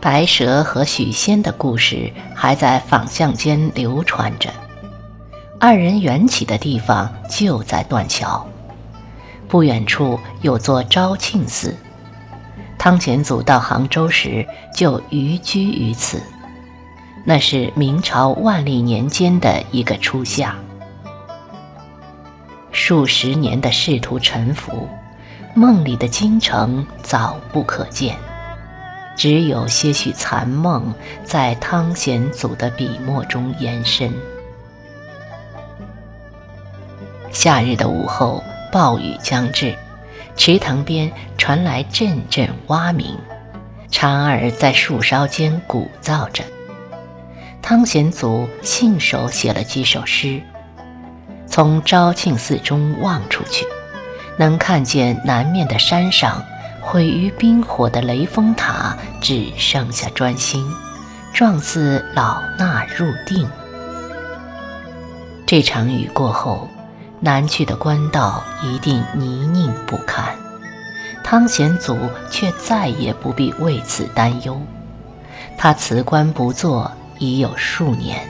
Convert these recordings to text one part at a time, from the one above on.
白蛇和许仙的故事还在坊巷间流传着，二人缘起的地方就在断桥，不远处有座昭庆寺，汤显祖到杭州时就寓居于此，那是明朝万历年间的一个初夏。数十年的仕途沉浮，梦里的京城早不可见，只有些许残梦在汤显祖的笔墨中延伸。夏日的午后，暴雨将至，池塘边传来阵阵蛙鸣，蝉儿在树梢间鼓噪着。汤显祖信手写了几首诗，从昭庆寺中望出去，能看见南面的山上毁于冰火的雷峰塔只剩下砖心，状似老衲入定。这场雨过后，南去的官道一定泥泞不堪，汤显祖却再也不必为此担忧。他辞官不做已有数年。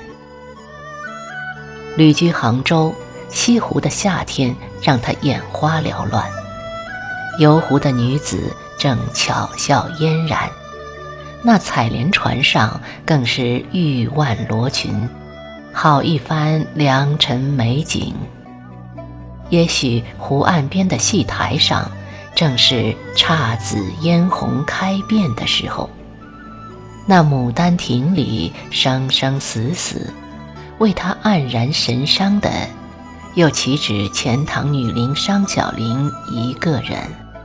旅居杭州，西湖的夏天让他眼花缭乱，游湖的女子正巧笑嫣然，那采莲船上更是玉腕罗裙，好一番良辰美景。也许湖岸边的戏台上正是姹紫嫣红开遍的时候，那牡丹亭里生生死死，为他黯然神伤的又岂止钱塘女伶商小玲一个人。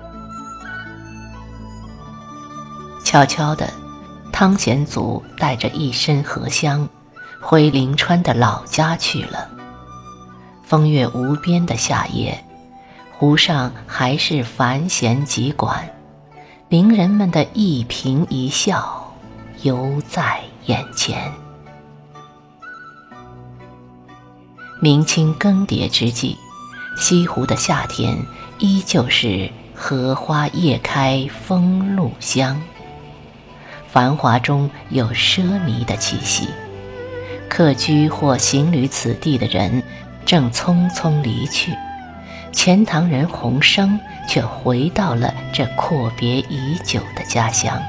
悄悄的，汤显祖带着一身荷香回临川的老家去了。风月无边的夏夜，湖上还是繁弦急管，伶人们的一颦一笑犹在眼前。明清更迭之际，西湖的夏天依旧是荷花叶开风露香，繁华中有奢靡的气息。客居或行旅此地的人正匆匆离去，钱塘人洪生却回到了这阔别已久的家乡。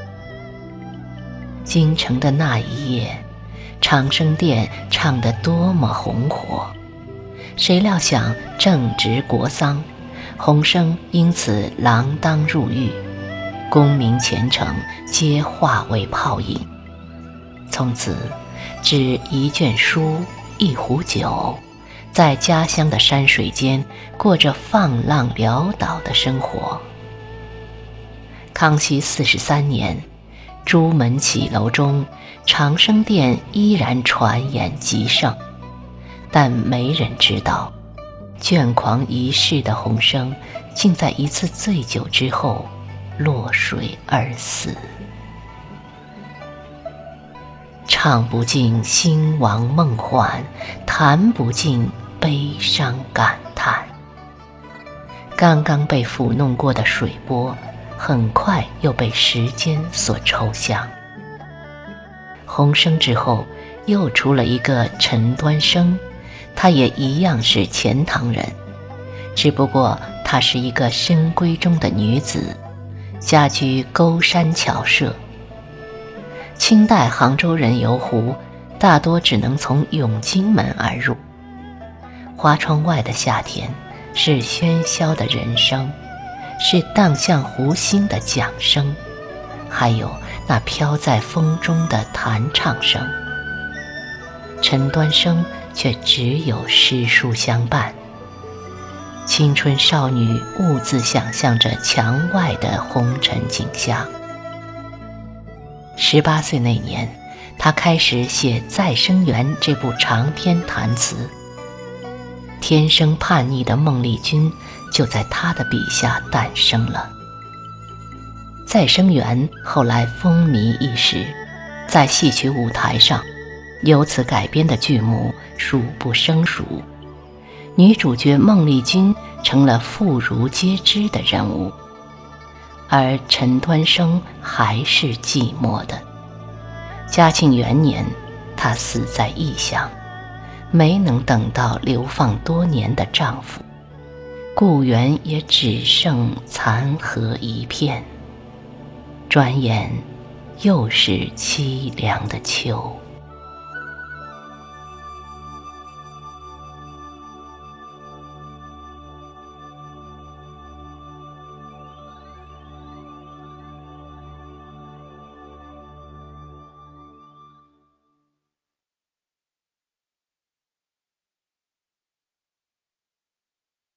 京城的那一夜，长生殿唱得多么红火，谁料想正值国丧，洪生因此锒铛入狱，功名前程皆化为泡影。从此只一卷书，一壶酒，在家乡的山水间过着放浪潦倒的生活。康熙43年，朱门起楼中，长生殿依然传言极盛，但没人知道，倦狂一世的洪生竟在一次醉酒之后落水而死。唱不尽兴亡梦幻，弹不尽悲伤感叹。刚刚被抚弄过的水波，很快又被时间所抽象。洪生之后又出了一个陈端生，她也一样是钱塘人，只不过她是一个深闺中的女子，家居沟山巧舍。清代杭州人游湖，大多只能从永金门而入。花窗外的夏天，是喧嚣的人声，是荡向湖心的桨声，还有那飘在风中的弹唱声。陈端生却只有诗书相伴，青春少女兀自想象着墙外的红尘景象。18岁那年，他开始写《再生缘》这部长篇弹词。天生叛逆的孟丽君就在他的笔下诞生了。《再生缘》后来风靡一时，在戏曲舞台上，由此改编的剧目数不胜数。女主角孟丽君成了妇孺皆知的人物。 而陈端生还是寂寞的。嘉庆元年，她死在异乡，没能等到流放多年的丈夫，故园也只剩残荷一片。转眼又是凄凉的秋。